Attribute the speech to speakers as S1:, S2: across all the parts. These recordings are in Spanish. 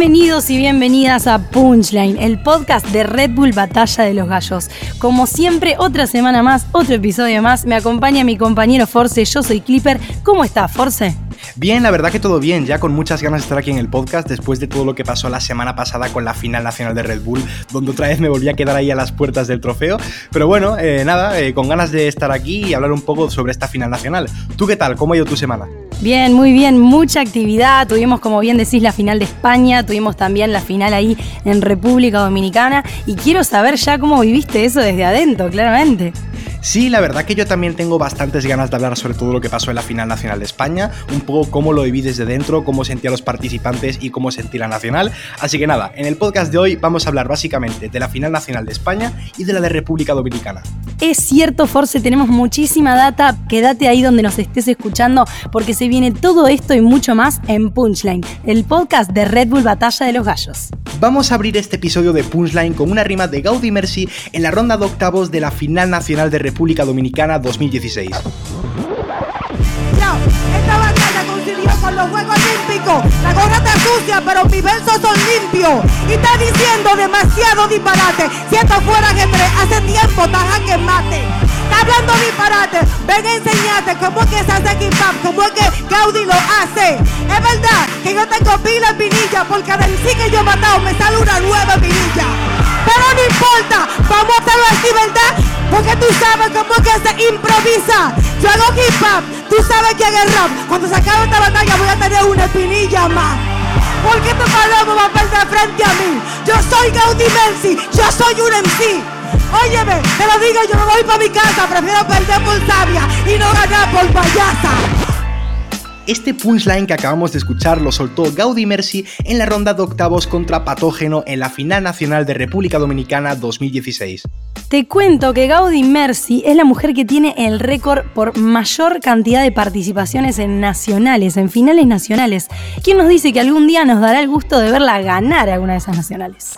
S1: Bienvenidos y bienvenidas a Punchline, el podcast de Red Bull Batalla de los Gallos. Como siempre, otra semana más, otro episodio más. Me acompaña mi compañero Force, yo soy Clipper. ¿Cómo estás, Force?
S2: Bien, la verdad que todo bien, ya con muchas ganas de estar aquí en el podcast después de todo lo que pasó la semana pasada con la final nacional de Red Bull, donde otra vez me volví a quedar ahí a las puertas del trofeo. Pero bueno, con ganas de estar aquí y hablar un poco sobre esta final nacional. ¿Tú qué tal? ¿Cómo ha ido tu semana?
S1: Bien, muy bien, mucha actividad. Tuvimos, como bien decís, la final de España, tuvimos también la final ahí en República Dominicana y quiero saber ya cómo viviste eso desde adentro, claramente.
S2: Sí, la verdad que yo también tengo bastantes ganas de hablar sobre todo lo que pasó en la final nacional de España, un poco cómo lo viví desde dentro, cómo sentí a los participantes y cómo sentí la nacional. Así que nada, en el podcast de hoy vamos a hablar básicamente de la final nacional de España y de la de República Dominicana.
S1: Es cierto, Force, tenemos muchísima data. Quédate ahí donde nos estés escuchando porque se viene todo esto y mucho más en Punchline, el podcast de Red Bull Batalla de los Gallos.
S2: Vamos a abrir este episodio de Punchline con una rima de Gaudí Merci en la ronda de octavos de la final nacional de República Dominicana 2016.
S3: Esta batalla coincidió con los Juegos Olímpicos. La gorra está sucia, pero mis versos son limpios. Y está diciendo demasiado disparate. Si esto fuera ajedrez, hace tiempo taja que mate. Está hablando disparate. Ven a enseñarte cómo es que se hace hip hop, cómo es que Gaudí lo hace. Es verdad que yo tengo pila en pinilla, por cada MC que yo he matado me sale una nueva pinilla. Pero no importa, vamos a hacerlo así, ¿verdad? Porque tú sabes cómo es que se improvisa. Yo hago hip hop, tú sabes que hago el rap. Cuando se acabe esta batalla voy a tener una espinilla más. ¿Por qué tu palomo va a perder frente a mí? Yo soy Gaudí Merci, yo soy un MC. Óyeme, te lo digo, yo me voy para mi casa. Prefiero perder por sabia y no ganar por payasa.
S2: Este punchline que acabamos de escuchar lo soltó Gaudí Merci en la ronda de octavos contra Patógeno en la final nacional de República Dominicana 2016.
S1: Te cuento que Gaudí Merci es la mujer que tiene el récord por mayor cantidad de participaciones en nacionales, en finales nacionales. ¿Quién nos dice que algún día nos dará el gusto de verla ganar alguna de esas nacionales?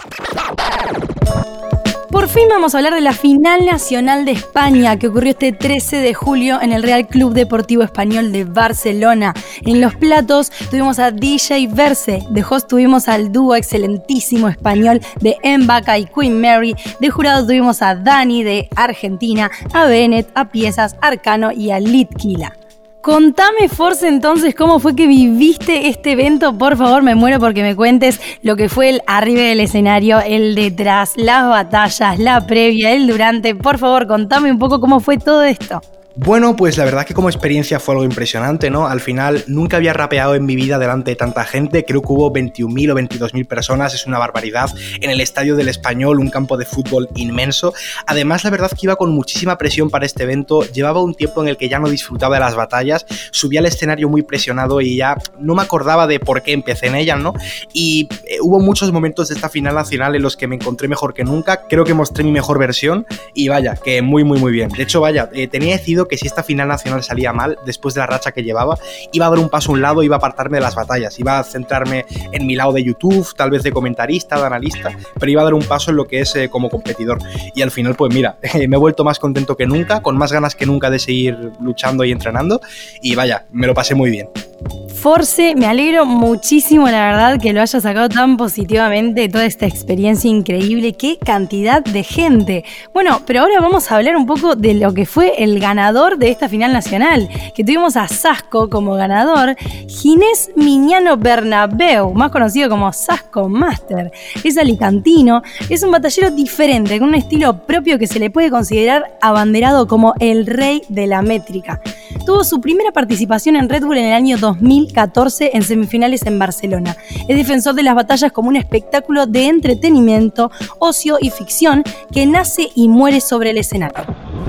S1: Por fin vamos a hablar de la final nacional de España que ocurrió este 13 de julio en el Real Club Deportivo Español de Barcelona. En los platos tuvimos a DJ Verse, de host tuvimos al dúo excelentísimo español de M'Baka y Queen Mary, de jurado tuvimos a Dani de Argentina, a Bennett, a Piezas, Arcano y a Litquila. Contame, Force, entonces, ¿cómo fue que viviste este evento? Por favor, me muero porque me cuentes lo que fue el arriba del escenario, el detrás, las batallas, la previa, el durante. Por favor, contame un poco cómo fue todo esto.
S2: Bueno, pues la verdad que como experiencia fue algo impresionante, ¿no? Al final nunca había rapeado en mi vida delante de tanta gente, creo que hubo 21.000 o 22.000 personas, es una barbaridad, en el Estadio del Español, un campo de fútbol inmenso. Además, la verdad que iba con muchísima presión para este evento, llevaba un tiempo en el que ya no disfrutaba de las batallas, subí al escenario muy presionado y ya no me acordaba de por qué empecé en ellas, ¿no? Y hubo muchos momentos de esta final nacional en los que me encontré mejor que nunca, creo que mostré mi mejor versión y vaya, que muy bien. De hecho, vaya, tenía decidido que si esta final nacional salía mal, después de la racha que llevaba, iba a dar un paso a un lado, iba a apartarme de las batallas, iba a centrarme en mi lado de YouTube, tal vez de comentarista, de analista, pero iba a dar un paso en lo que es como competidor. Y al final, pues mira, me he vuelto más contento que nunca, con más ganas que nunca de seguir luchando y entrenando, y vaya, me lo pasé muy bien.
S1: Force, me alegro muchísimo, la verdad, que lo hayas sacado tan positivamente, toda esta experiencia increíble. ¡Qué cantidad de gente! Bueno, pero ahora vamos a hablar un poco de lo que fue el ganador de esta final nacional, que tuvimos a Sasco como ganador, Ginés Miñano Bernabeu, más conocido como Sasco Master. Es alicantino, es un batallero diferente, con un estilo propio que se le puede considerar abanderado como el rey de la métrica. Tuvo su primera participación en Red Bull en el año 2014 en semifinales en Barcelona. Es defensor de las batallas como un espectáculo de entretenimiento, ocio y ficción que nace y muere sobre el escenario.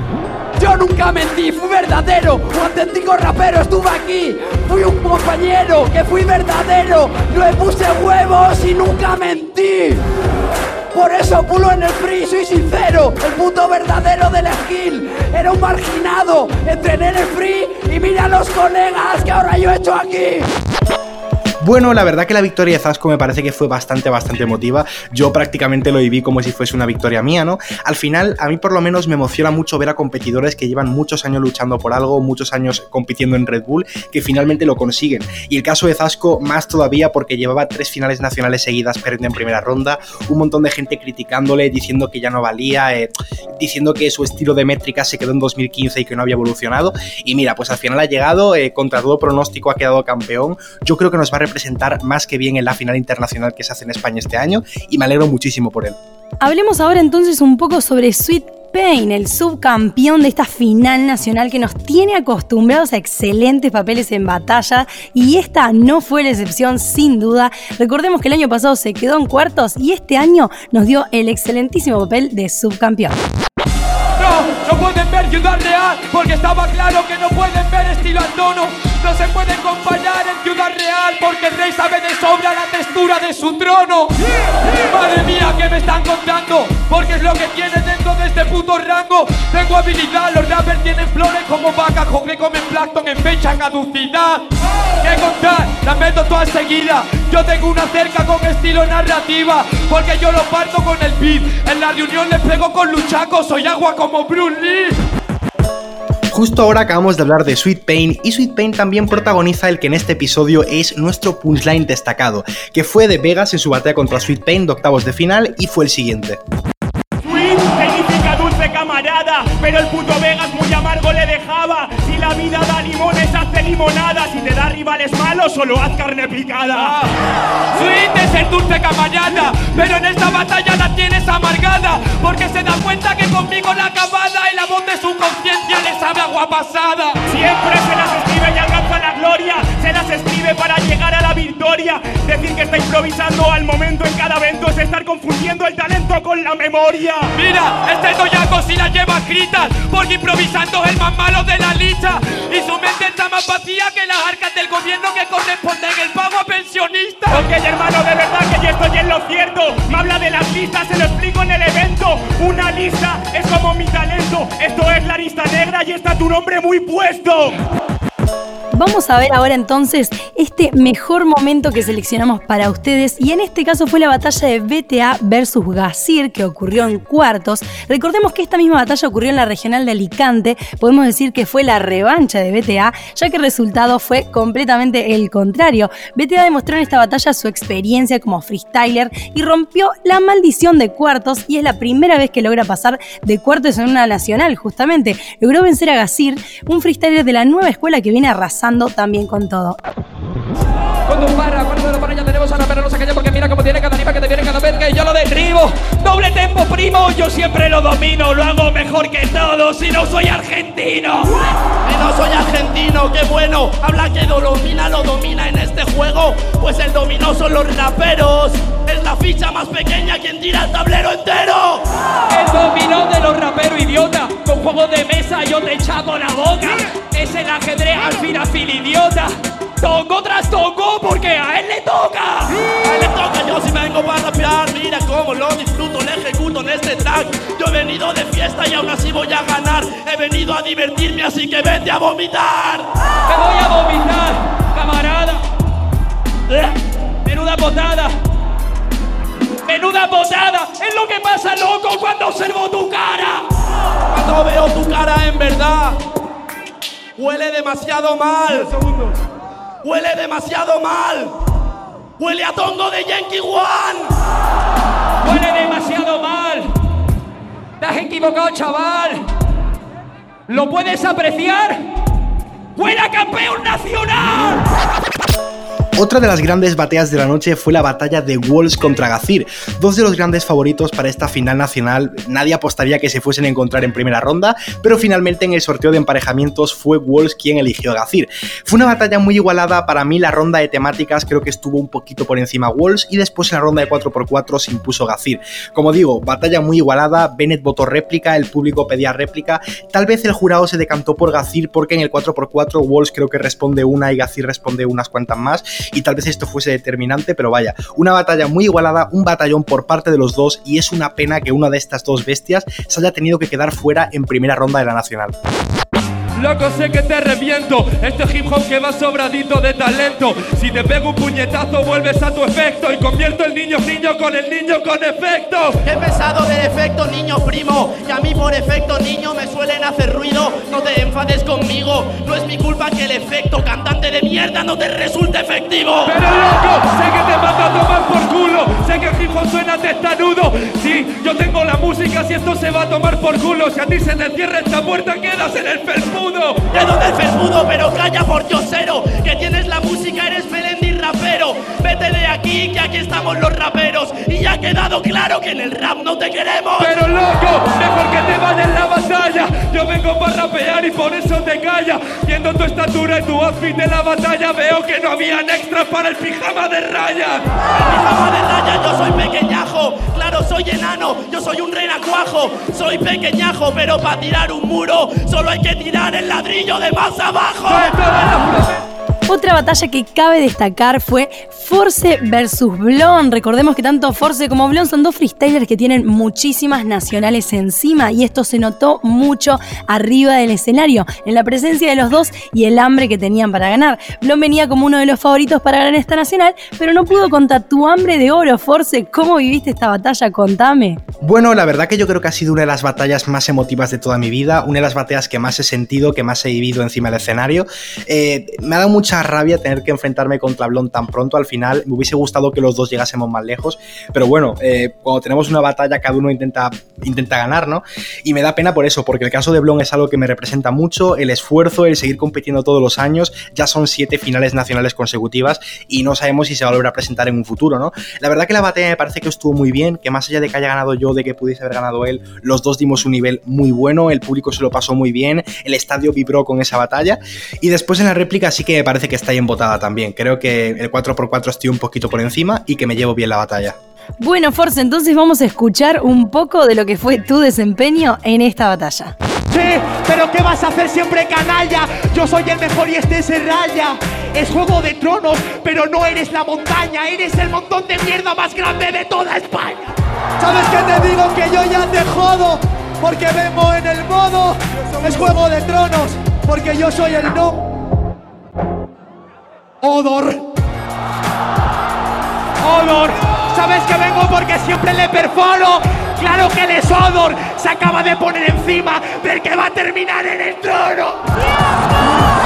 S4: Yo nunca mentí, fui verdadero, un auténtico rapero, estuve aquí. Fui un compañero, que fui verdadero, no le puse huevos y nunca mentí. Por eso pulo en el free, soy sincero, el puto verdadero de la skill. Era un marginado, entrené en el free y mira a los colegas que ahora yo he hecho aquí.
S2: Bueno, la verdad que la victoria de Zasco me parece que fue bastante emotiva. Yo prácticamente lo viví como si fuese una victoria mía, ¿no? Al final, a mí por lo menos me emociona mucho ver a competidores que llevan muchos años luchando por algo, muchos años compitiendo en Red Bull, que finalmente lo consiguen. Y el caso de Zasco más todavía porque llevaba 3 finales nacionales seguidas perdiendo en primera ronda, un montón de gente criticándole, diciendo que ya no valía, diciendo que su estilo de métrica se quedó en 2015 y que no había evolucionado. Y mira, pues al final ha llegado, contra todo pronóstico ha quedado campeón. Yo creo que nos va a representar más que bien en la final internacional que se hace en España este año y me alegro muchísimo por él.
S1: Hablemos ahora entonces un poco sobre Sweet Pain, el subcampeón de esta final nacional que nos tiene acostumbrados a excelentes papeles en batalla, y esta no fue la excepción sin duda. Recordemos que el año pasado se quedó en cuartos y este año nos dio el excelentísimo papel de subcampeón.
S4: No pueden ver Ciudad Real porque estaba claro que no pueden ver estilo Andono. No se puede comparar en Ciudad Real porque el rey sabe de sobra la textura de su trono. Madre mía, ¿qué me están contando? Porque es lo que tiene dentro de este puto rango. Tengo habilidad, los rappers tienen flores como vacas, que comen plancton en fecha caducidad. ¿Qué contar? Las meto todas seguidas. Yo tengo una cerca con estilo narrativa porque yo lo parto con el beat. En la reunión les pego con luchacos, soy agua como Bruce Lee.
S2: Justo ahora acabamos de hablar de Sweet Pain y Sweet Pain también protagoniza el que en este episodio es nuestro punchline destacado, que fue de Vegas en su batalla contra Sweet Pain de octavos de final y fue el siguiente.
S5: Sweet significa dulce camarada, pero el puto Vegas muy amargo le dejaba. Si la vida da limones, hace limonada. Si te da rivales malos, solo haz carne picada.
S4: Sweet es el dulce camarada, pero en esta batalla la tienes amargada, porque se da cuenta que conmigo la acabada y la voz de su conciencia le sabe agua pasada.
S5: Siempre se las escribe y alcanza la gloria, se las escribe para llegar a la victoria. Decir que está improvisando al momento en cada evento es estar confundiendo el talento con la memoria.
S4: Mira, este Toyaco si la lleva escritas, porque improvisando es el más malo de la lista. Y su mente está más vacía que las arcas del gobierno que corresponden el pago a pensionistas.
S5: Ok, hermano, de verdad que yo estoy en lo cierto. Me habla de las listas, se lo explico en el evento. Una lista es como mi talento. Esto es la lista negra y está tu nombre muy puesto.
S1: Vamos a ver ahora entonces este mejor momento que seleccionamos para ustedes, y en este caso fue la batalla de BTA versus Gazir, que ocurrió en cuartos. Recordemos que esta misma batalla ocurrió en la regional de Alicante. Podemos decir que fue la revancha de BTA, ya que el resultado fue completamente el contrario. BTA demostró en esta batalla su experiencia como freestyler y rompió la maldición de cuartos, y es la primera vez que logra pasar de cuartos en una nacional. Justamente logró vencer a Gazir, un freestyler de la nueva escuela que viene arrasando también con todo.
S4: Con tu barra, cuando lo para ya tenemos a la perra, no se calla porque mira cómo tiene cada anima que te viene cada vez que yo lo derribo. Doble tempo, primo, yo siempre lo domino, lo hago mejor que todos y no soy argentino.
S6: Y no soy argentino, qué bueno. Habla que lo domina en este juego. Pues el dominó son los raperos. Es la ficha más pequeña quien tira el tablero entero.
S4: El dominó de los raperos, idiota. Con juegos de mesa yo te echaba la boca. Es el ajedrez al fin, idiota. Tongo tras tongo porque a él le toca.
S6: A él le toca, yo si vengo para rapear. Mira cómo lo disfruto, lo ejecuto en este track. Yo he venido de fiesta y aún así voy a ganar. He venido a divertirme, así que vete a vomitar.
S4: Te voy a vomitar, camarada. Menuda botada. Menuda botada. Es lo que pasa, loco, cuando observo tu cara.
S6: Cuando veo tu cara en verdad. Huele demasiado mal. Huele demasiado mal. Huele a tongo de Yankee One.
S4: Huele demasiado mal. Te has equivocado, chaval. ¿Lo puedes apreciar? ¡Huele a campeón nacional!
S2: Otra de las grandes batallas de la noche fue la batalla de Wolves contra Gazir, dos de los grandes favoritos para esta final nacional. Nadie apostaría que se fuesen a encontrar en primera ronda, pero finalmente en el sorteo de emparejamientos fue Wolves quien eligió a Gazir. Fue una batalla muy igualada. Para mí la ronda de temáticas creo que estuvo un poquito por encima Wolves, y después en la ronda de 4x4 se impuso Gazir. Como digo, batalla muy igualada. Bennett votó réplica, el público pedía réplica. Tal vez el jurado se decantó por Gazir porque en el 4x4 Wolves creo que responde una y Gazir responde unas cuantas más, y tal vez esto fuese determinante, pero vaya, una batalla muy igualada, un batallón por parte de los dos, y es una pena que una de estas dos bestias se haya tenido que quedar fuera en primera ronda de la nacional.
S6: Loco, sé que te reviento. Este hip hop que va sobradito de talento. Si te pego un puñetazo vuelves a tu efecto y convierto el niño con el niño con efecto.
S7: He pensado del efecto niño primo, y a mí por efecto niño me suelen hacer ruido. No te enfades conmigo, no es mi culpa que el efecto cantante de mierda no te resulte efectivo.
S6: Pero loco, sé que te mando a tomar por culo. Sé que el hip hop suena testarudo. Sí, yo tengo la música, si esto se va a tomar por culo. Si a ti se te cierra esta puerta quedas en el felpudo.
S7: ¿De dónde el felpudo? Pero calla por Yosero, que tienes la música, eres Melendi rapero. Vete de aquí, que aquí estamos los raperos. Y ya ha quedado claro que en el rap no te queremos.
S6: Pero loco, mejor que te vayas en la batalla. Yo vengo para rapear y por eso te callas. Viendo tu estatura y tu outfit de la batalla, veo que no habían extras para el pijama de rayas.
S7: El pijama de rayas, yo soy pequeñajo. Claro, soy enano, yo soy un renacuajo. Soy pequeñajo, pero para tirar un muro solo hay que tirar el ladrillo de más abajo.
S1: Otra batalla que cabe destacar fue Force vs Blon. Recordemos que tanto Force como Blon son dos freestylers que tienen muchísimas nacionales encima y esto se notó mucho arriba del escenario, en la presencia de los dos y el hambre que tenían para ganar. Blon venía como uno de los favoritos para ganar esta nacional, pero no pudo contra tu hambre de oro, Force. ¿Cómo viviste esta batalla? Contame.
S2: Bueno, la verdad que yo creo que ha sido una de las batallas más emotivas de toda mi vida, una de las batallas que más he sentido, que más he vivido encima del escenario. Me ha dado mucha rabia tener que enfrentarme contra Blon tan pronto. Al final me hubiese gustado que los dos llegásemos más lejos, pero bueno, cuando tenemos una batalla cada uno intenta ganar, ¿no? Y me da pena por eso, porque el caso de Blon es algo que me representa mucho, el esfuerzo, el seguir compitiendo todos los años. Ya son 7 finales nacionales consecutivas y no sabemos si se va a volver a presentar en un futuro, ¿no? La verdad que la batalla me parece que estuvo muy bien, que más allá de que haya ganado yo, de que pudiese haber ganado él, los dos dimos un nivel muy bueno, el público se lo pasó muy bien, el estadio vibró con esa batalla y después en la réplica sí que me parece que está ahí embotada también. Creo que el 4x4 estoy un poquito por encima y que me llevo bien la batalla.
S1: Bueno, Force, entonces vamos a escuchar un poco de lo que fue tu desempeño en esta batalla.
S8: Sí, pero ¿qué vas a hacer siempre, canalla? Yo soy el mejor y este se raya. Es Juego de Tronos, pero no eres la montaña. Eres el montón de mierda más grande de toda España.
S3: ¿Sabes qué te digo? Que yo ya te jodo, porque vengo en el modo. Es Juego de Tronos, porque yo soy el no. Odor.
S8: ¿Sabes que vengo porque siempre le perforo? Claro que él es Odor. Se acaba de poner encima del que va a terminar en el trono.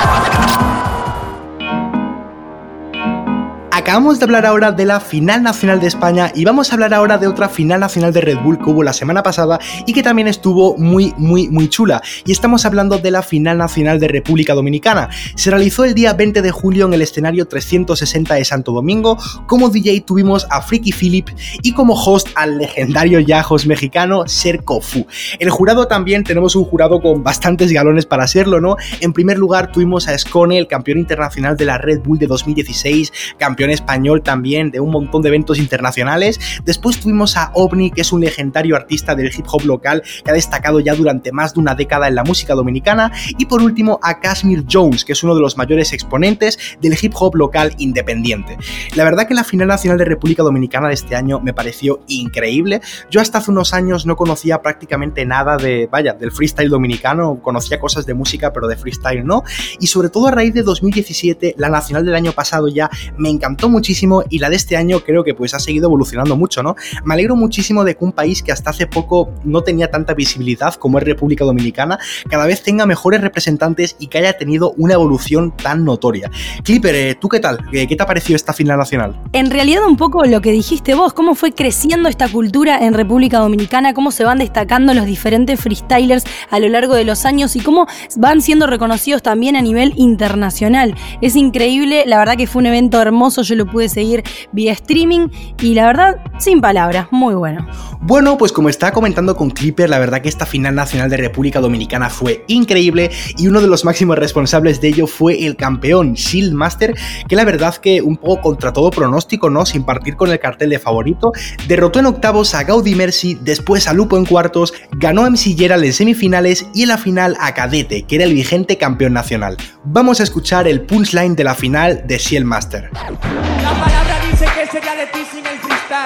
S2: Acabamos de hablar ahora de la final nacional de España y vamos a hablar ahora de otra final nacional de Red Bull que hubo la semana pasada y que también estuvo muy chula. Y estamos hablando de la final nacional de República Dominicana. Se realizó el día 20 de julio en el escenario 360 de Santo Domingo. Como DJ tuvimos a Freaky Philip y como host al legendario Yajos mexicano Serko Fu. El jurado también, tenemos un jurado con bastantes galones para serlo, ¿no? En primer lugar tuvimos a Skone, el campeón internacional de la Red Bull de 2016, campeón español también de un montón de eventos internacionales. Después tuvimos a OVNI, que es un legendario artista del hip hop local que ha destacado ya durante más de una década en la música dominicana. Y por último a Kashmir Jones, que es uno de los mayores exponentes del hip hop local independiente. La verdad que la final nacional de República Dominicana de este año me pareció increíble. Yo hasta hace unos años no conocía prácticamente nada del freestyle dominicano, conocía cosas de música pero de freestyle no, y sobre todo a raíz de 2017, la nacional del año pasado ya me encantó muchísimo y la de este año creo que pues ha seguido evolucionando mucho, ¿no? Me alegro muchísimo de que un país que hasta hace poco no tenía tanta visibilidad como es República Dominicana, cada vez tenga mejores representantes y que haya tenido una evolución tan notoria. Clipper, ¿tú qué tal? ¿Qué te ha parecido esta final nacional?
S1: En realidad un poco lo que dijiste vos, cómo fue creciendo esta cultura en República Dominicana, cómo se van destacando los diferentes freestylers a lo largo de los años y cómo van siendo reconocidos también a nivel internacional. Es increíble, la verdad que fue un evento hermoso, yo lo pude seguir vía streaming y la verdad, sin palabras, muy bueno.
S2: Bueno, pues como estaba comentando con Clipper, la verdad que esta final nacional de República Dominicana fue increíble y uno de los máximos responsables de ello fue el campeón Shieldmaster, que la verdad que un poco contra todo pronóstico, ¿no? Sin partir con el cartel de favorito, derrotó en octavos a Gaudi Mercy, después a Lupo en cuartos, ganó a MC Gerald en semifinales y en la final a Cadete, que era el vigente campeón nacional. Vamos a escuchar el punchline de la final de Shieldmaster.
S8: La palabra dice que sería de ti sin el freestyle.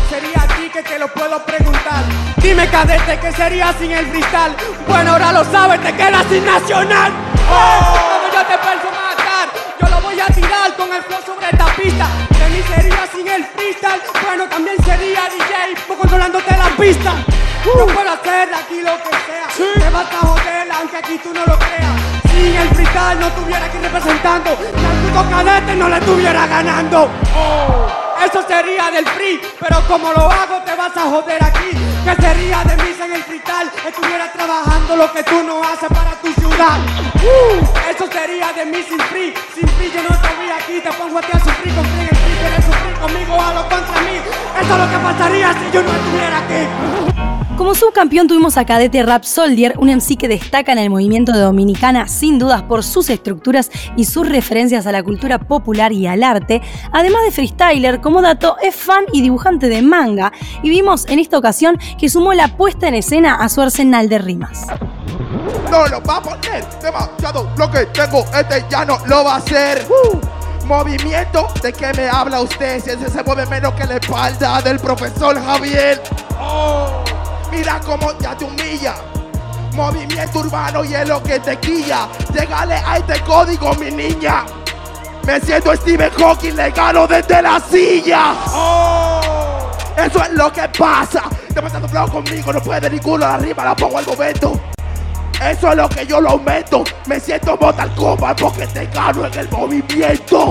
S8: sería a ti que te lo puedo preguntar. Dime, cadete, ¿qué sería sin el freestyle? Bueno, ahora lo sabes, te quedas sin nacional. Como yo te pienso matar, yo lo voy a tirar con el flow sobre esta pista. De mí sería sin el freestyle, bueno, también sería DJ, controlándote la pista. Yo puedo hacer aquí lo que sea, te vas a joder aunque aquí tú no lo creas. Sin el freestyle no estuviera aquí representando, y al puto cadete no le estuviera ganando. Eso sería del free, pero como lo hago te vas a joder aquí. ¿Qué sería de mí sin el freestyle? Estuviera trabajando lo que tú no haces para tu ciudad. Eso sería de mí sin free yo no estaría aquí. Te pongo a ti a sufrir con free, el free quieres sufrir conmigo a lo contra mí. Eso es lo que pasaría si yo no estuviera aquí.
S1: Como subcampeón tuvimos a Cadete Rap Soldier, un MC que destaca en el movimiento de Dominicana sin dudas por sus estructuras y sus referencias a la cultura popular y al arte. Además de freestyler, como dato, es fan y dibujante de manga, y vimos en esta ocasión que sumó la puesta en escena a su arsenal de rimas.
S9: No lo va a poner demasiado, lo que tengo ya no lo va a hacer. Movimiento, ¿de qué me habla usted? Si ese se mueve menos que la espalda del profesor Javier. Mira cómo ya te humilla. Movimiento urbano y es lo que te quilla. Llegale a este código, mi niña. Me siento Stephen Hawking, le gano desde la silla. Eso es lo que pasa. Demasiado flow conmigo, no puede ninguno. La rima la pongo al momento. Eso es lo que yo lo aumento. Me siento Mortal Kombat porque te gano en el movimiento.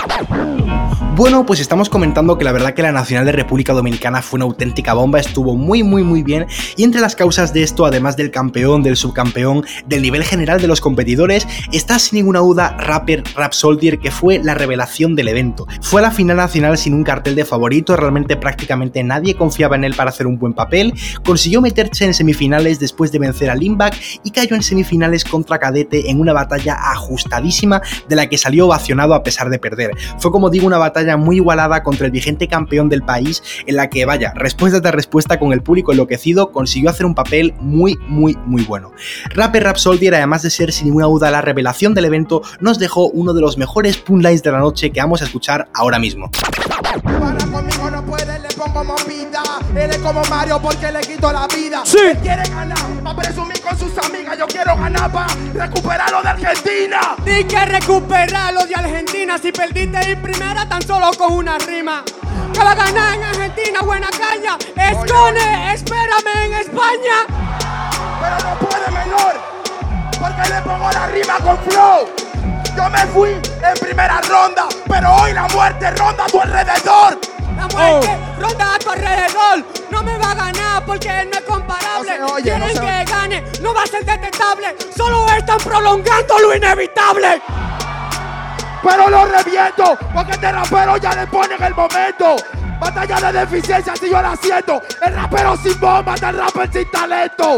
S2: Bueno, pues estamos comentando que la verdad que la Nacional de República Dominicana fue una auténtica bomba, estuvo muy bien, y entre las causas de esto, además del campeón, del subcampeón, del nivel general de los competidores, está sin ninguna duda Rap Soldier, que fue la revelación del evento. Fue a la final nacional sin un cartel de favorito, realmente prácticamente nadie confiaba en él para hacer un buen papel, consiguió meterse en semifinales después de vencer a Limbach y cayó en semifinales contra Cadete en una batalla ajustadísima de la que salió ovacionado a pesar de perder. Fue, como digo, una batalla muy igualada contra el vigente campeón del país, en la que, vaya, respuesta tras respuesta con el público enloquecido, consiguió hacer un papel muy bueno. Rap Soldier, además de ser sin ninguna duda la revelación del evento, nos dejó uno de los mejores punchlines de la noche que vamos a escuchar ahora mismo.
S9: Para conmigo no puede, le pongo movida. Él es como Mario porque le quito la vida.
S8: Sí.
S9: Él quiere ganar, va a presumir con sus amigas. Yo quiero ganar para recuperarlo de Argentina.
S8: Ni que recuperarlo de Argentina. Si perdiste en primera tan solo con una rima. Que va a ganar en Argentina, buena caña. Escone, espérame en España.
S9: Pero no puede, menor, porque le pongo la rima con flow. Yo me fui en primera ronda, pero hoy la muerte ronda a tu alrededor.
S8: La muerte ronda a tu alrededor. No me va a ganar porque él no es comparable. Quieren que gane, no va a ser detectable. Solo están prolongando lo inevitable.
S9: Pero lo reviento, porque este rapero ya le pone en el momento. Batalla de deficiencia si yo la siento. El rapero sin bomba, el rapper sin talento.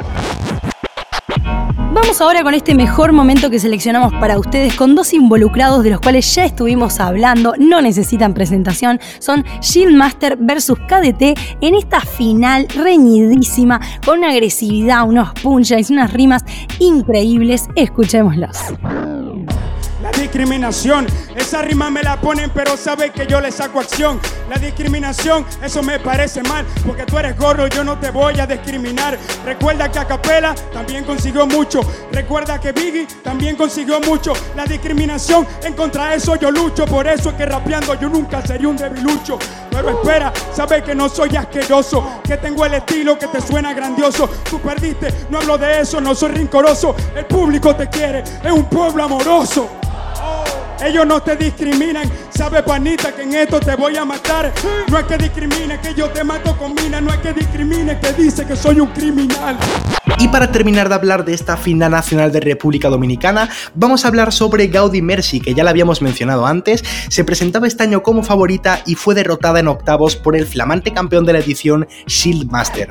S1: Vamos ahora con este mejor momento que seleccionamos para ustedes, con dos involucrados de los cuales ya estuvimos hablando, no necesitan presentación, son Shieldmaster versus KDT en esta final reñidísima, con una agresividad, unos punchlines, unas rimas increíbles. Escuchémoslos.
S5: La discriminación, esa rima me la ponen pero sabe que yo le saco acción. La discriminación, eso me parece mal, porque tú eres gordo, yo no te voy a discriminar. Recuerda que Acapella también consiguió mucho. Recuerda que Biggie también consiguió mucho. La discriminación, en contra de eso yo lucho. Por eso es que rapeando yo nunca sería un debilucho. Pero espera, sabes que no soy asqueroso, que tengo el estilo que te suena grandioso. Tú perdiste, no hablo de eso, no soy rincoroso. El público te quiere, es un pueblo amoroso. Ellos no te discriminan, sabes panita que en esto te voy a matar. No es que discrimine, que yo te mato con mina. No es que discrimine, que dice que soy un criminal.
S2: Y para terminar de hablar de esta final nacional de República Dominicana, vamos a hablar sobre Gaudi Mercy, que ya la habíamos mencionado antes. Se presentaba este año como favorita y fue derrotada en octavos por el flamante campeón de la edición, Shieldmaster.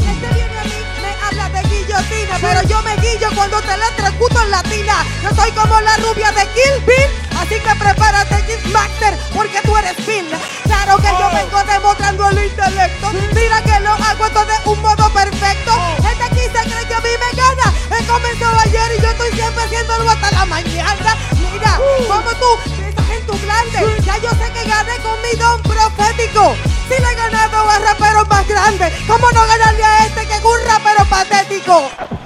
S3: Pero yo me guillo cuando te electrocuto en la tina. Yo soy como la rubia de Kill Bill, así que prepárate, Shieldmaster, porque tú eres Bill. Claro que yo vengo demostrando el intelecto. Mira que lo hago esto de un modo perfecto. Este aquí se cree que a mí me gana. He comenzado ayer y yo estoy siempre haciéndolo hasta la mañana. Mira, como tú, esta gente espíritu grande. Ya yo sé que gané con mi don profético. Si le he ganado a raperos más grandes, ¿cómo no ganarle a este que es un rapero patético?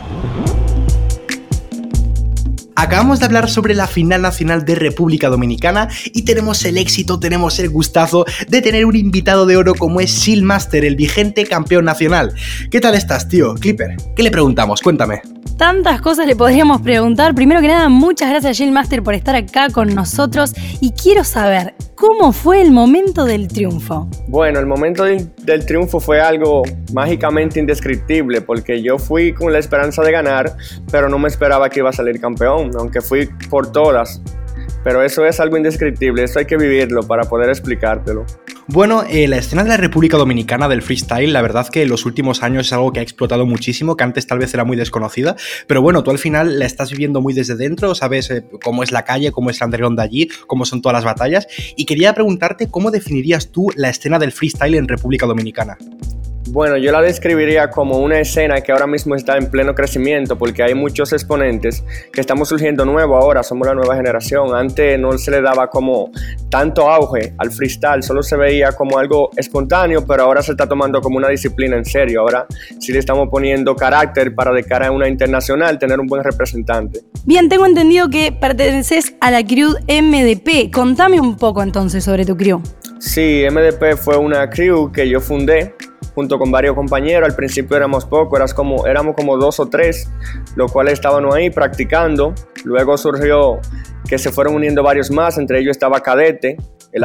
S2: Acabamos de hablar sobre la final nacional de República Dominicana y tenemos el éxito, tenemos el gustazo de tener un invitado de oro como es Sealmaster, el vigente campeón nacional. ¿Qué tal estás, tío? Clipper, ¿qué le preguntamos? Cuéntame.
S1: Tantas cosas le podríamos preguntar. Primero que nada, muchas gracias Sealmaster por estar acá con nosotros y quiero saber, ¿cómo fue el momento del triunfo?
S10: Bueno, el momento del triunfo fue algo mágicamente indescriptible porque yo fui con la esperanza de ganar, pero no me esperaba que iba a salir campeón, aunque fui por todas. Pero eso es algo indescriptible, eso hay que vivirlo para poder explicártelo.
S2: Bueno, la escena de la República Dominicana del freestyle, la verdad que en los últimos años es algo que ha explotado muchísimo, que antes tal vez era muy desconocida, pero bueno, tú al final la estás viviendo muy desde dentro, sabes cómo es la calle, cómo es el underground de allí, cómo son todas las batallas, y quería preguntarte cómo definirías tú la escena del freestyle en República Dominicana.
S10: Bueno, yo la describiría como una escena que ahora mismo está en pleno crecimiento porque hay muchos exponentes que estamos surgiendo nuevo ahora, somos la nueva generación. Antes no se le daba como tanto auge al freestyle, solo se veía como algo espontáneo, pero ahora se está tomando como una disciplina en serio. Ahora sí le estamos poniendo carácter para de cara a una internacional tener un buen representante.
S1: Bien, tengo entendido que perteneces a la crew MDP. Contame un poco entonces sobre tu crew.
S10: Sí, MDP fue una crew que yo fundé junto con varios compañeros. Al principio éramos pocos, éramos como 2 o 3, los cuales estábamos ahí practicando. Luego surgió que se fueron uniendo varios más, entre ellos estaba Cadete,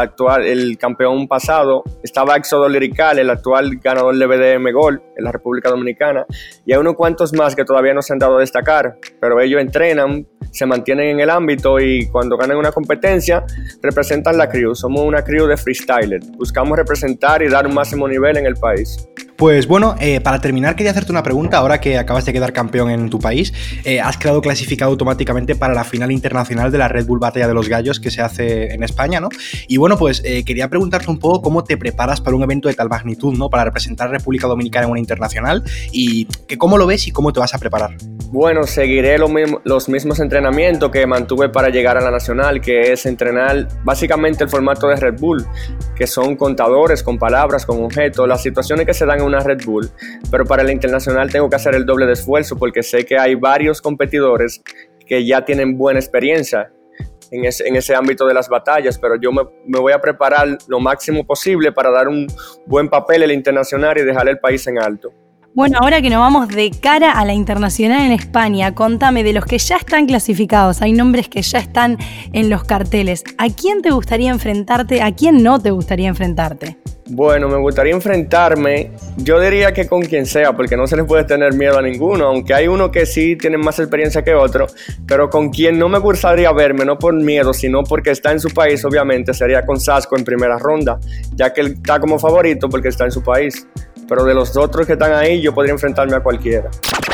S10: el campeón pasado, estaba Éxodo Lirical, el actual ganador de BDM Gol en la República Dominicana, y hay unos cuantos más que todavía no se han dado a destacar, pero ellos entrenan, se mantienen en el ámbito y cuando ganan una competencia representan la crew. Somos una crew de freestyler, buscamos representar y dar un máximo nivel en el país.
S2: Pues bueno, para terminar quería hacerte una pregunta. Ahora que acabas de quedar campeón en tu país, has quedado clasificado automáticamente para la final internacional de la Red Bull Batalla de los Gallos que se hace en España, ¿no? Y bueno, pues quería preguntarte un poco cómo te preparas para un evento de tal magnitud, ¿no? Para representar a República Dominicana en una internacional y que cómo lo ves y cómo te vas a preparar.
S10: Bueno, seguiré los mismos entrenamientos que mantuve para llegar a la nacional, que es entrenar básicamente el formato de Red Bull, que son contadores, con palabras, con objetos, las situaciones que se dan en una Red Bull, pero para la internacional tengo que hacer el doble de esfuerzo porque sé que hay varios competidores que ya tienen buena experiencia en ese ámbito de las batallas, pero yo me voy a preparar lo máximo posible para dar un buen papel en la internacional y dejar el país en alto.
S1: Bueno, ahora que nos vamos de cara a la internacional en España, contame de los que ya están clasificados, hay nombres que ya están en los carteles. ¿A quién te gustaría enfrentarte? ¿A quién no te gustaría enfrentarte?
S10: Bueno, me gustaría enfrentarme, yo diría que con quien sea, porque no se les puede tener miedo a ninguno, aunque hay uno que sí tiene más experiencia que otro, pero con quien no me gustaría verme, no por miedo, sino porque está en su país, obviamente, sería con Sasco en primera ronda, ya que él está como favorito porque está en su país. Pero de los otros que están ahí, yo podría enfrentarme a cualquiera.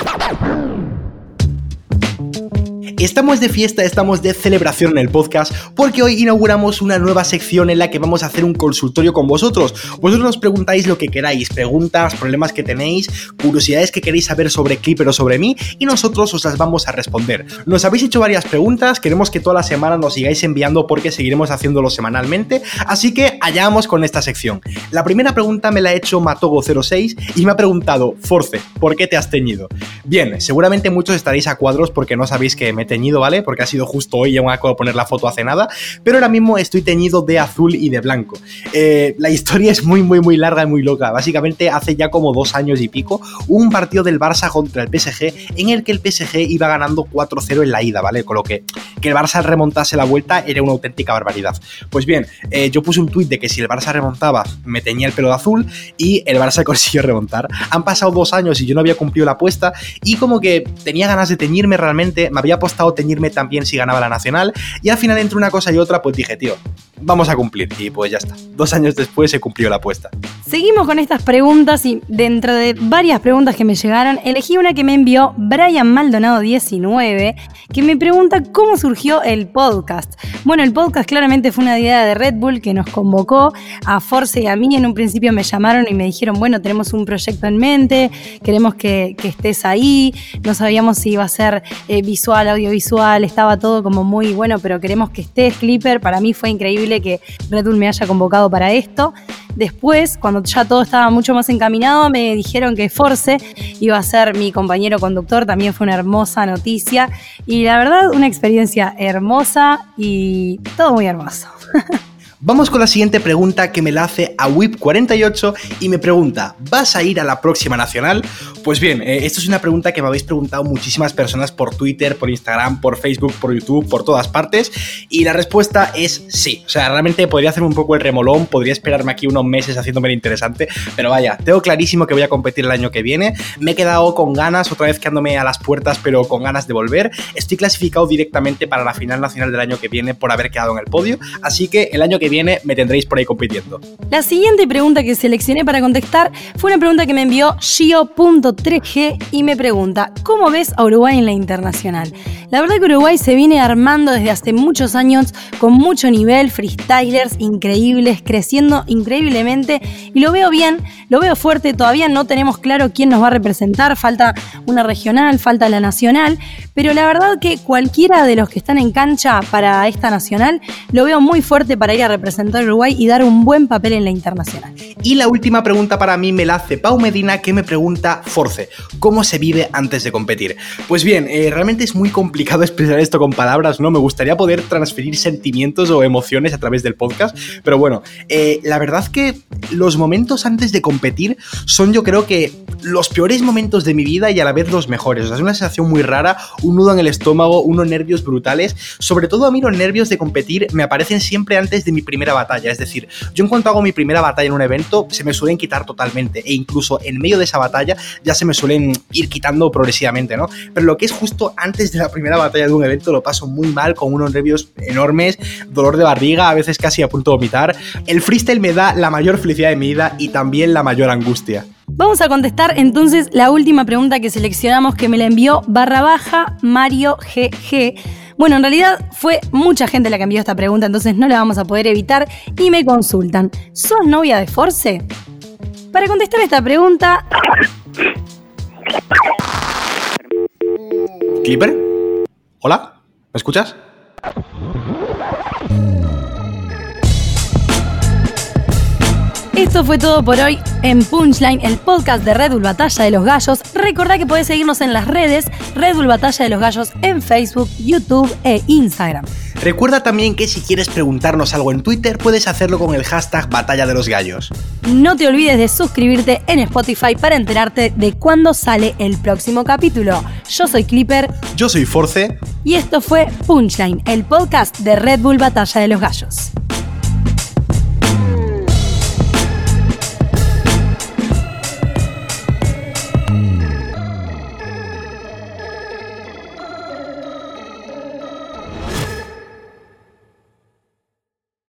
S2: Estamos de fiesta, estamos de celebración en el podcast porque hoy inauguramos una nueva sección en la que vamos a hacer un consultorio con vosotros. Vosotros nos preguntáis lo que queráis, preguntas, problemas que tenéis, curiosidades que queréis saber sobre Clipper o sobre mí y nosotros os las vamos a responder. Nos habéis hecho varias preguntas, queremos que toda la semana nos sigáis enviando porque seguiremos haciéndolo semanalmente, así que allá vamos con esta sección. La primera pregunta me la ha hecho Matogo06 y me ha preguntado: Force, ¿por qué te has teñido? Bien, seguramente muchos estaréis a cuadros porque no sabéis que me he teñido, ¿vale? Porque ha sido justo hoy y aún acabo de poner la foto hace nada, pero ahora mismo estoy teñido de azul y de blanco. La historia es muy larga y muy loca. Básicamente hace ya como 2 años y pico hubo un partido del Barça contra el PSG en el que el PSG iba ganando 4-0 en la ida, ¿vale? Con lo que el Barça remontase la vuelta era una auténtica barbaridad. Pues bien, yo puse un tuit de que si el Barça remontaba me teñía el pelo de azul y el Barça consiguió remontar. Han pasado 2 años y yo no había cumplido la apuesta y como que tenía ganas de teñirme realmente, me había apostado teñirme también si ganaba la nacional y al final entre una cosa y otra pues dije, tío, vamos a cumplir y pues ya está. 2 años después se cumplió la apuesta.
S1: Seguimos con estas preguntas y dentro de varias preguntas que me llegaron, elegí una que me envió Brian Maldonado 19, que me pregunta cómo surgió el podcast. Bueno, el podcast claramente fue una idea de Red Bull que nos convocó a Force y a mí. En un principio me llamaron y me dijeron, bueno, tenemos un proyecto en mente, queremos que estés ahí, no sabíamos si iba a ser visual, audiovisual, estaba todo como muy bueno, pero queremos que estés, Clipper. Para mí fue increíble que Red Bull me haya convocado para esto. Después, cuando ya todo estaba mucho más encaminado, me dijeron que Force iba a ser mi compañero conductor. También fue una hermosa noticia y la verdad una experiencia hermosa y todo muy hermoso.
S2: Vamos con la siguiente pregunta, que me la hace a Whip48 y me pregunta, ¿vas a ir a la próxima nacional? Pues bien, esto es una pregunta que me habéis preguntado muchísimas personas por Twitter, por Instagram, por Facebook, por YouTube, por todas partes, y la respuesta es sí. O sea, realmente podría hacerme un poco el remolón, podría esperarme aquí unos meses haciéndome el interesante, pero vaya, tengo clarísimo que voy a competir el año que viene. Me he quedado con ganas, otra vez quedándome a las puertas, pero con ganas de volver. Estoy clasificado directamente para la final nacional del año que viene por haber quedado en el podio, así que el año que viene me tendréis por ahí compitiendo.
S1: La siguiente pregunta que seleccioné para contestar fue una pregunta que me envió Gio.3G y me pregunta, ¿cómo ves a Uruguay en la internacional? La verdad que Uruguay se viene armando desde hace muchos años con mucho nivel, freestylers increíbles, creciendo increíblemente y lo veo bien, lo veo fuerte. Todavía no tenemos claro quién nos va a representar, falta una regional, falta la nacional, pero la verdad que cualquiera de los que están en cancha para esta nacional lo veo muy fuerte para ir a representar a Uruguay y dar un buen papel en la internacional.
S2: Y la última pregunta para mí me la hace Pau Medina, que me pregunta, Force, ¿cómo se vive antes de competir? Pues bien, realmente es muy complicado expresar esto con palabras, ¿no? Me gustaría poder transferir sentimientos o emociones a través del podcast, pero bueno, la verdad que los momentos antes de competir son, yo creo que, los peores momentos de mi vida y a la vez los mejores. O sea, es una sensación muy rara, un nudo en el estómago, unos nervios brutales. Sobre todo a mí los nervios de competir me aparecen siempre antes de mi primera batalla. Es decir, yo en cuanto hago mi primera batalla en un evento, se me suelen quitar totalmente, e incluso en medio de esa batalla ya se me suelen ir quitando progresivamente, ¿no? Pero lo que es justo antes de la primera batalla de un evento lo paso muy mal, con unos nervios enormes, dolor de barriga, a veces casi a punto de vomitar. El freestyle me da la mayor felicidad de mi vida y también la mayor angustia.
S1: Vamos a contestar entonces la última pregunta que seleccionamos, que me la envió _Mario GG. Bueno, en realidad fue mucha gente la que envió esta pregunta, entonces no la vamos a poder evitar y me consultan, ¿sos novia de Force? Para contestar esta pregunta...
S2: ¿Clipper? ¿Hola? ¿Me escuchas?
S1: Esto fue todo por hoy en Punchline, el podcast de Red Bull Batalla de los Gallos. Recordá que podés seguirnos en las redes Red Bull Batalla de los Gallos en Facebook, YouTube e Instagram.
S2: Recuerda también que si quieres preguntarnos algo en Twitter, puedes hacerlo con el hashtag Batalla de los Gallos.
S1: No te olvides de suscribirte en Spotify para enterarte de cuándo sale el próximo capítulo. Yo soy Clipper.
S2: Yo soy Force.
S1: Y esto fue Punchline, el podcast de Red Bull Batalla de los Gallos.